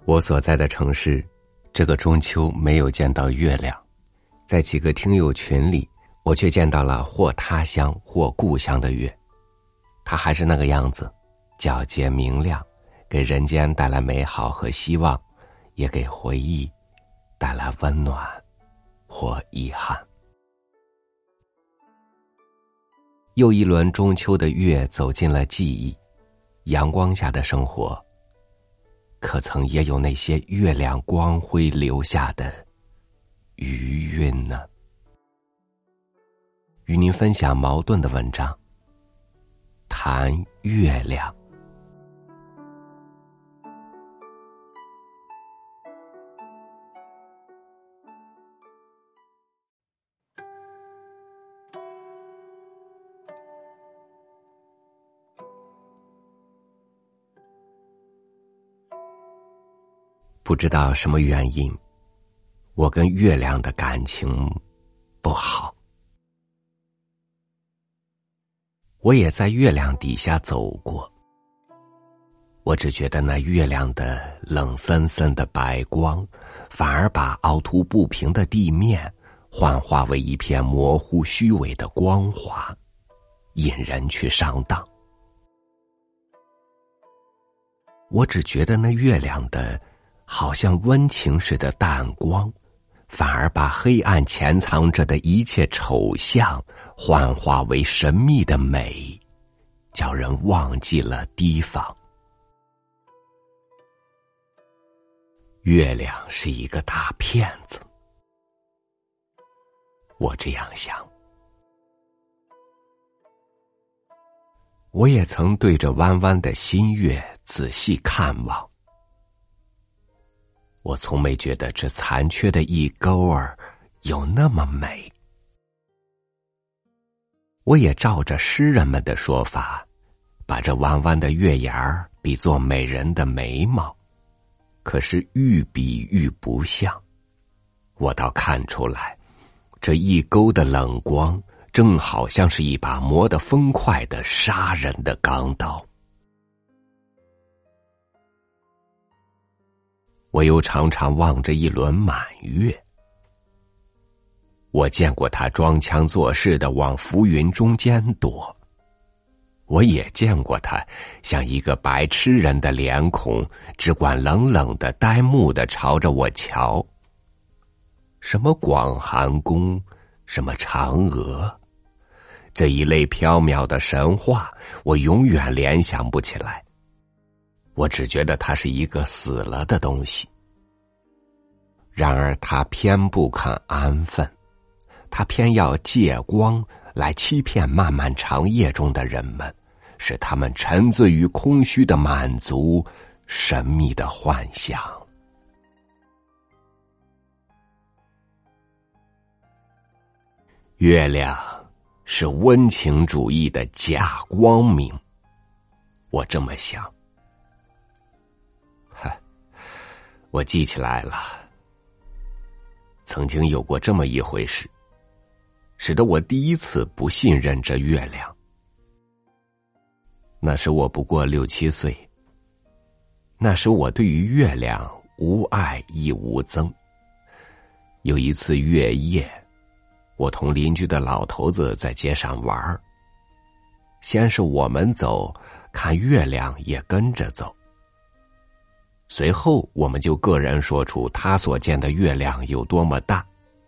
我所在的城市，这个中秋没有见到月亮，在几个听友群里，我却见到了或他乡或故乡的月。它还是那个样子，皎洁明亮，给人间带来美好和希望，也给回忆带来温暖或遗憾。又一轮中秋的月走进了记忆，阳光下的生活，可曾也有那些月亮光辉留下的余韵呢？与您分享茅盾的文章，谈月亮。不知道什么原因，我跟月亮的感情不好。我也在月亮底下走过，我只觉得那月亮的冷森森的白光，反而把凹凸不平的地面幻化为一片模糊虚伪的光华，引人去上当。我只觉得那月亮的好像温情似的淡光，反而把黑暗潜藏着的一切丑相幻化为神秘的美，叫人忘记了提防。月亮是一个大骗子，我这样想。我也曾对着弯弯的新月仔细看望，我从没觉得这残缺的一勾儿有那么美。我也照着诗人们的说法，把这弯弯的月牙儿比作美人的眉毛，可是愈比愈不像。我倒看出来，这一勾的冷光正好像是一把磨得风快的杀人的钢刀。我又常常望着一轮满月，我见过他装腔作势地往浮云中间躲，我也见过他像一个白痴人的脸孔，只管冷冷的呆木地朝着我瞧。什么广寒宫，什么嫦娥，这一类缥缈的神话，我永远联想不起来。我只觉得它是一个死了的东西。然而他偏不肯安分，他偏要借光来欺骗漫漫长夜中的人们，使他们沉醉于空虚的满足，神秘的幻想。月亮是温情主义的假光明，我这么想。我记起来了，曾经有过这么一回事，使得我第一次不信任这月亮。那时我不过6、7岁，那时我对于月亮无爱亦无憎。有一次月夜，我同邻居的老头子在街上玩，先是我们走，看月亮也跟着走。随后我们就个人说出他所见的月亮有多么大，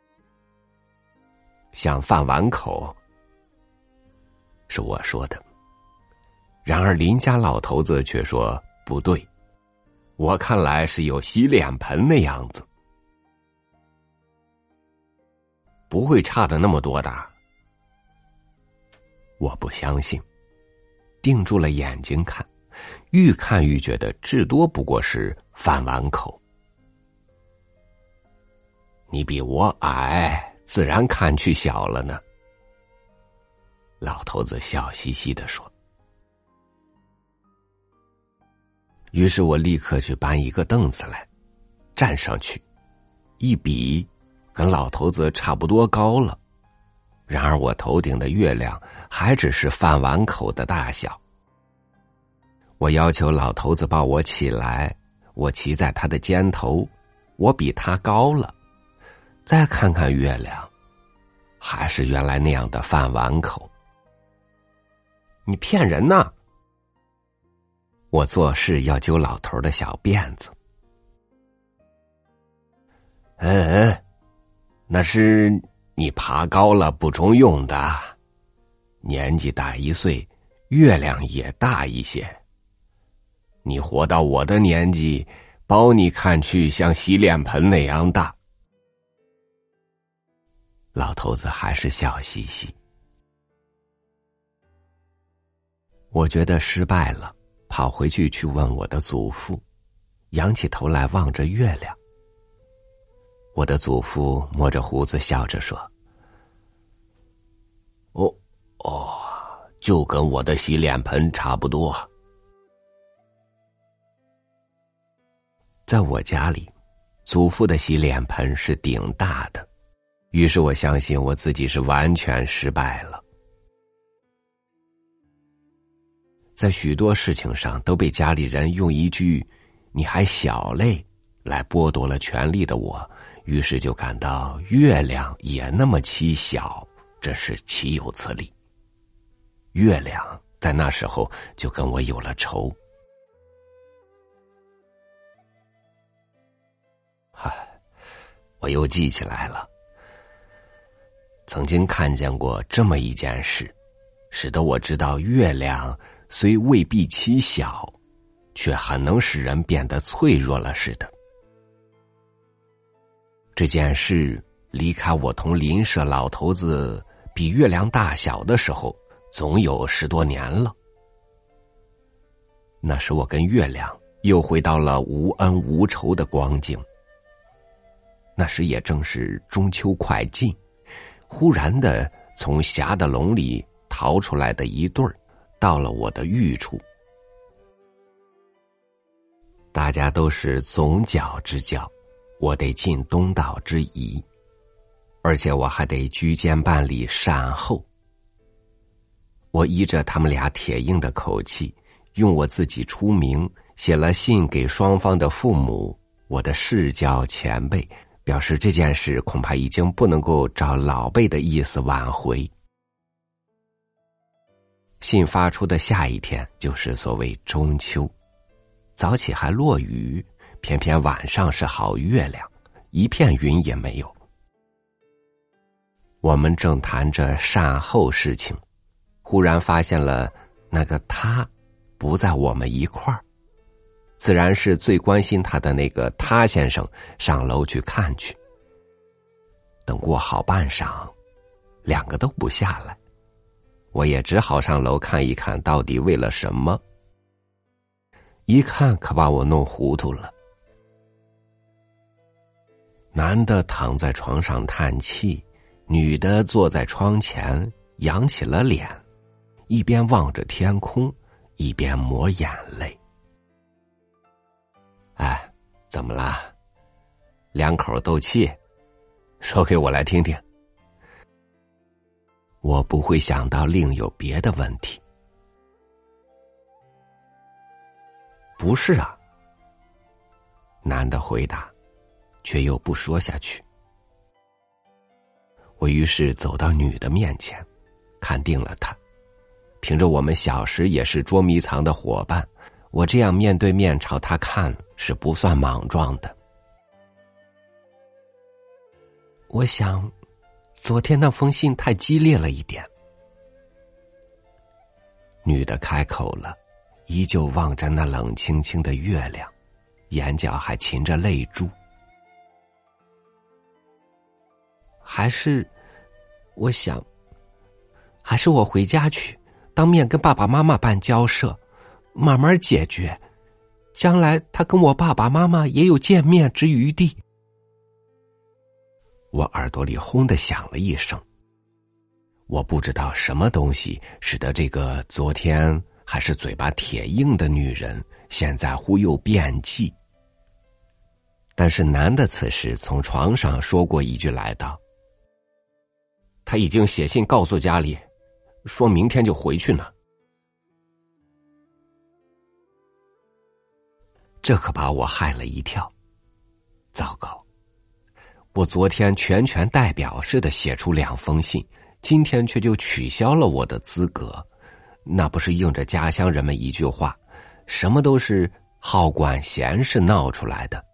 像饭碗口，是我说的。然而邻家老头子却说不对，我看来是有洗脸盆那样子，不会差的那么多大。我不相信，定住了眼睛看，愈看愈觉得至多不过是饭碗口。你比我矮，自然看去小了呢。老头子笑嘻嘻地说。于是我立刻去搬一个凳子来，站上去，一比，跟老头子差不多高了。然而我头顶的月亮还只是饭碗口的大小。我要求老头子抱我起来， 我骑在他的肩头，我比他高了。再看看月亮，还是原来那样的饭碗口。你骗人呢！我做事要揪老头的小辫子。那是你爬高了不中用的。年纪大1岁，月亮也大一些。你活到我的年纪，包你看去像洗脸盆那样大。老头子还是笑嘻嘻。我觉得失败了，跑回去问我的祖父，仰起头来望着月亮。我的祖父摸着胡子笑着说：就跟我的洗脸盆差不多。在我家里，祖父的洗脸盆是顶大的，于是我相信我自己是完全失败了。在许多事情上都被家里人用一句“你还小嘞”来剥夺了权利的我，于是就感到月亮也那么蹊跷，真是岂有此理。月亮在那时候就跟我有了仇。我又记起来了，曾经看见过这么一件事，使得我知道月亮虽未必蹊跷，却很能使人变得脆弱了似的。这件事离开我同邻舍老头子比月亮大小的时候，总有10多年了。那时我跟月亮又回到了无恩无仇的光景。那时也正是中秋快尽，忽然的从匣的笼里逃出来的一对儿，到了我的寓处。大家都是总角之交，我得尽东道之谊，而且我还得居间办理善后。我依着他们俩铁硬的口气，用我自己出名，写了信给双方的父母，我的世交前辈，表示这件事恐怕已经不能够照老辈的意思挽回。信发出的下一天就是所谓中秋，早起还落雨，偏偏晚上是好月亮，一片云也没有。我们正谈着善后事情，忽然发现了那个他不在我们一块儿，自然是最关心他的那个他先生上楼去看去。等过好半晌，2个都不下来，我也只好上楼看一看到底为了什么。一看可把我弄糊涂了。男的躺在床上叹气，女的坐在窗前扬起了脸，一边望着天空，一边抹眼泪。怎么啦？2口斗气，说给我来听听。我不会想到另有别的问题。不是啊，男的回答，却又不说下去。我于是走到女的面前，看定了她。凭着我们小时也是捉迷藏的伙伴，我这样面对面朝她看是不算莽撞的。我想，昨天那封信太激烈了一点。女的开口了，依旧望着那冷清清的月亮，眼角还噙着泪珠。我想，还是我回家去，当面跟爸爸妈妈办交涉，慢慢解决。将来他跟我爸爸妈妈也有见面之余地。我耳朵里轰地响了一声，我不知道什么东西使得这个昨天还是嘴巴铁硬的女人现在忽又变计。但是男的此时从床上说过一句来道：他已经写信告诉家里，说明天就回去呢。 这可把我害了一跳。糟糕，我昨天全权代表似的写出2封信，今天却就取消了我的资格，那不是应着家乡人们一句话，什么都是好管闲事闹出来的。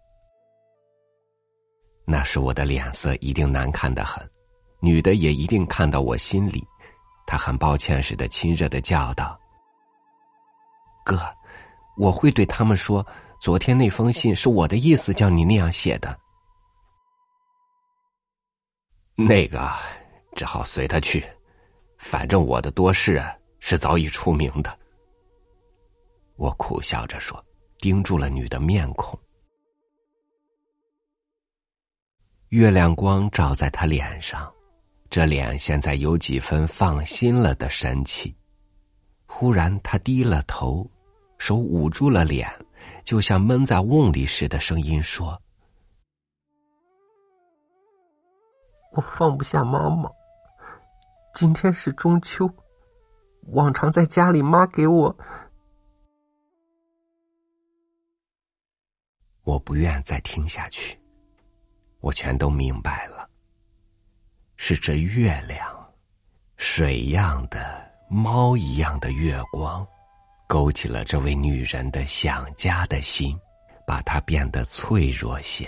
那时我的脸色一定难看得很，女的也一定看到我心里，她很抱歉似的亲热的叫道：哥，我会对他们说，昨天那封信是我的意思叫你那样写的。那个只好随他去，反正我的多事是早已出名的。我苦笑着说，盯住了女的面孔。月亮光照在她脸上，这脸现在有几分放心了的神气。忽然她低了头，手捂住了脸，就像闷在瓮里似的声音说：我放不下妈妈，今天是中秋，往常在家里妈给我。我不愿再听下去，我全都明白了，是这月亮，水样的、猫一样的月光，勾起了这位女人的想家的心，把她变得脆弱些。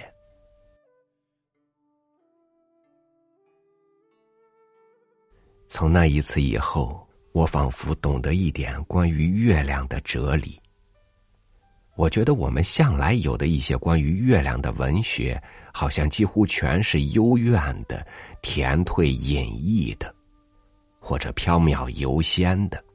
从那一次以后，我仿佛懂得一点关于月亮的哲理。我觉得我们向来有的一些关于月亮的文学，好像几乎全是幽怨的、甜褪隐逸的，或者缥缈游仙的。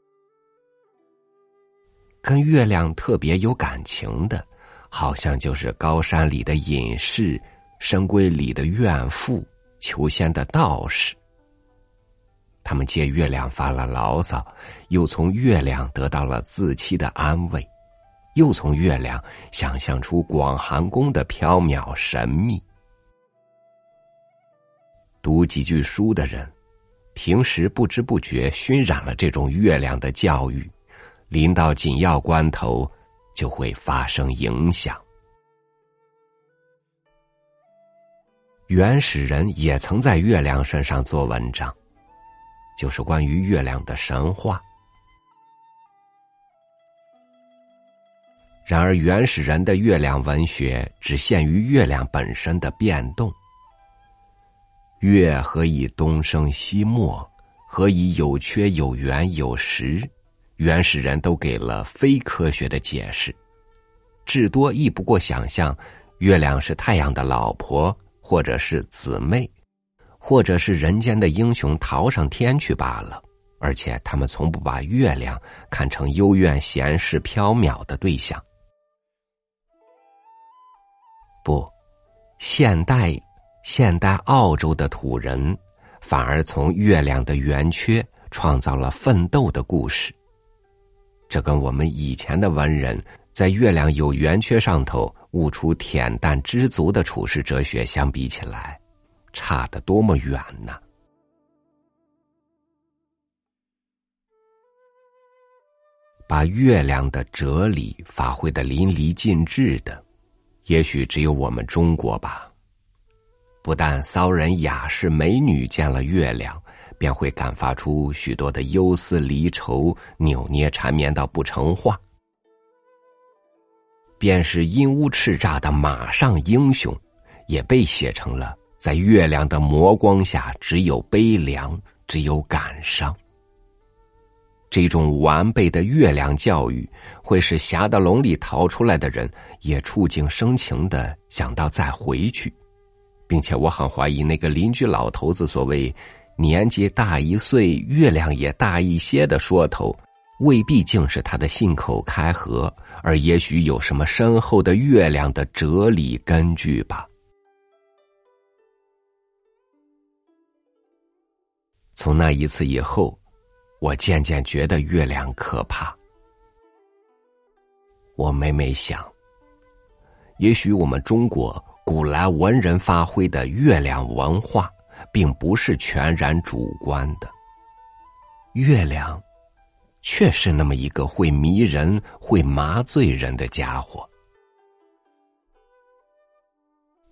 跟月亮特别有感情的，好像就是高山里的隐士、深闺里的怨妇、求仙的道士。他们借月亮发了牢骚，又从月亮得到了自欺的安慰，又从月亮想象出广寒宫的缥缈神秘。读几句书的人，平时不知不觉熏染了这种月亮的教育，临到紧要关头就会发生影响。原始人也曾在月亮身上做文章，就是关于月亮的神话。然而原始人的月亮文学只限于月亮本身的变动。月何以东升西没，何以有缺有圆有实，原始人都给了非科学的解释，至多亦不过想象月亮是太阳的老婆，或者是姊妹，或者是人间的英雄逃上天去罢了，而且他们从不把月亮看成幽怨闲适缥缈的对象。不，现代澳洲的土人反而从月亮的圆缺创造了奋斗的故事。这跟我们以前的文人在月亮有圆缺上头悟出恬淡知足的处世哲学相比起来，差得多么远呢？把月亮的哲理发挥得淋漓尽致的，也许只有我们中国吧。不但骚人雅士美女见了月亮，便会感发出许多的忧思离愁，扭捏缠绵到不成话。便是阴污叱咤的马上英雄，也被写成了在月亮的魔光下只有悲凉，只有感伤。这种完备的月亮教育，会使侠的笼里逃出来的人也触景生情地想到再回去，并且我很怀疑那个邻居老头子所谓年纪大1岁，月亮也大一些的说头，未必竟是他的信口开河，而也许有什么深厚的月亮的哲理根据吧。从那一次以后，我渐渐觉得月亮可怕。我每每想，也许我们中国古来文人发挥的月亮文化，并不是全然主观的。月亮确是那么一个会迷人、会麻醉人的家伙，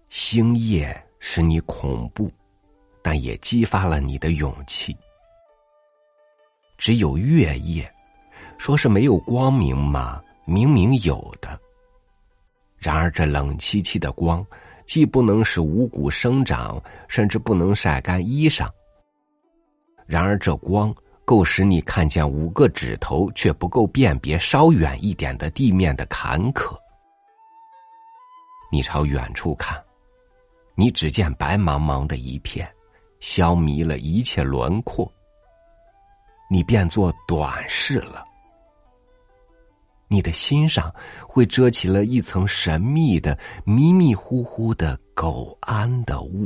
星夜使你恐怖，但也激发了你的勇气。只有月夜，说是没有光明吗？明明有的。然而这冷凄凄的光，既不能使五谷生长，甚至不能晒干衣裳。然而这光够使你看见5个指头，却不够辨别稍远一点的地面的坎坷。你朝远处看，你只见白茫茫的一片，消弭了一切轮廓。你变作短视了，你的心上会遮起了一层神秘的、迷迷糊糊的苟安的雾。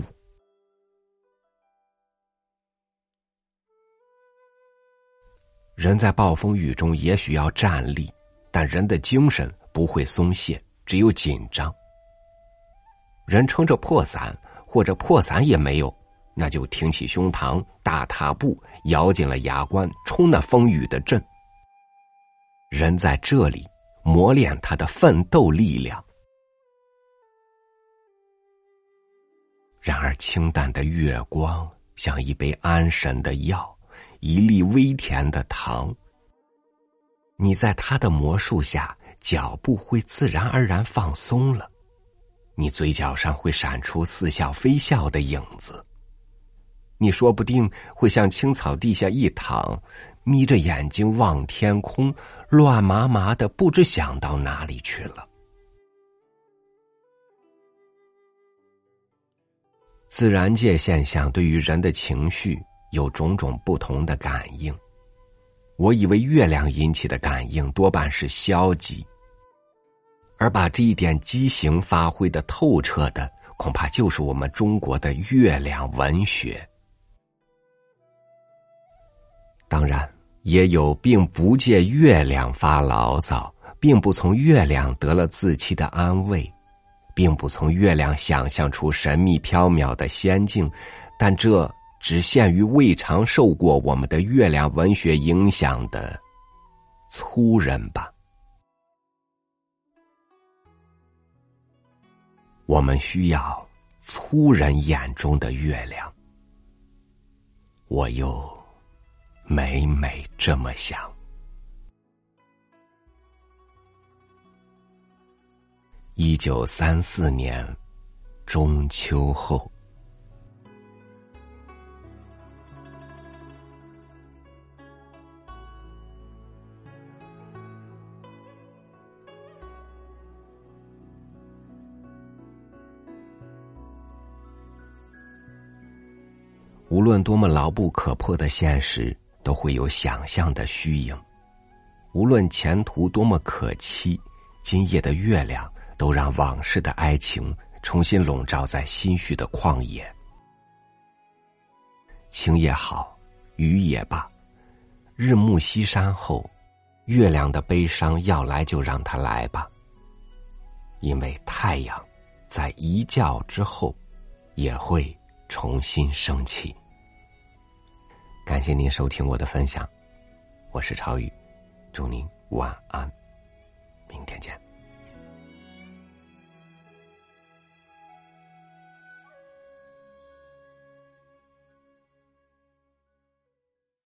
人在暴风雨中也许要站立，但人的精神不会松懈，只有紧张。人撑着破伞，或者破伞也没有，那就挺起胸膛，大踏步，咬紧了牙关，冲那风雨的阵。人在这里磨练他的奋斗力量。然而清淡的月光像一杯安神的药，一粒微甜的糖。你在他的魔术下，脚步会自然而然放松了，你嘴角上会闪出似笑非笑的影子。你说不定会向青草地下一躺，眯着眼睛望天空，乱麻麻的，不知想到哪里去了。自然界现象对于人的情绪有种种不同的感应。我以为月亮引起的感应多半是消极，而把这一点畸形发挥的透彻的，恐怕就是我们中国的月亮文学。当然也有并不借月亮发牢骚，并不从月亮得了自欺的安慰，并不从月亮想象出神秘缥缈的仙境，但这只限于未尝受过我们的月亮文学影响的粗人吧。我们需要粗人眼中的月亮。我又每每这么想。1934年中秋后，无论多么牢不可破的现实，都会有想象的虚影。无论前途多么可期，今夜的月亮都让往事的哀情重新笼罩在心绪的旷野。晴也好，雨也罢，日暮西山后，月亮的悲伤要来就让它来吧。因为太阳在一觉之后也会重新升起。感谢您收听我的分享，我是超宇，祝您晚安，明天见。